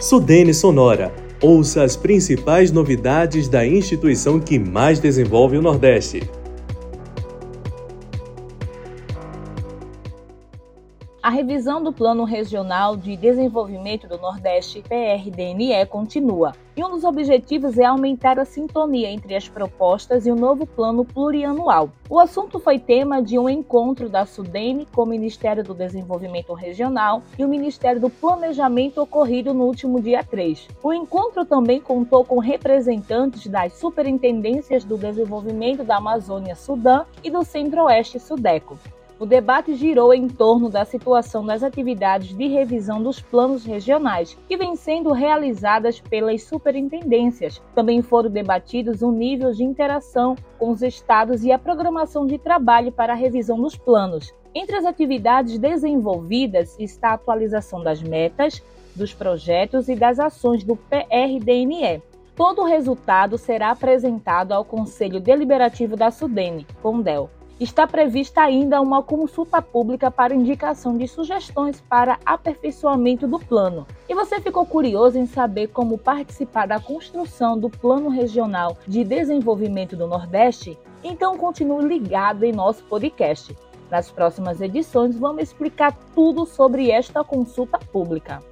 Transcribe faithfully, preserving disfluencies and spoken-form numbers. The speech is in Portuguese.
Sudene Sonora. Ouça as principais novidades da instituição que mais desenvolve o Nordeste. A revisão do Plano Regional de Desenvolvimento do Nordeste, P R D N E, continua. E um dos objetivos é aumentar a sintonia entre as propostas e o novo plano plurianual. O assunto foi tema de um encontro da Sudene com o Ministério do Desenvolvimento Regional e o Ministério do Planejamento ocorrido no último dia três. O encontro também contou com representantes das Superintendências do Desenvolvimento da Amazônia Sudã e do Centro-Oeste Sudeco. O debate girou em torno da situação das atividades de revisão dos planos regionais, que vêm sendo realizadas pelas superintendências. Também foram debatidos o nível de interação com os estados e a programação de trabalho para a revisão dos planos. Entre as atividades desenvolvidas está a atualização das metas, dos projetos e das ações do P R D N E. Todo o resultado será apresentado ao Conselho Deliberativo da Sudene, CONDEL. Está prevista ainda uma consulta pública para indicação de sugestões para aperfeiçoamento do plano. E você ficou curioso em saber como participar da construção do Plano Regional de Desenvolvimento do Nordeste? Então continue ligado em nosso podcast. Nas próximas edições vamos explicar tudo sobre esta consulta pública.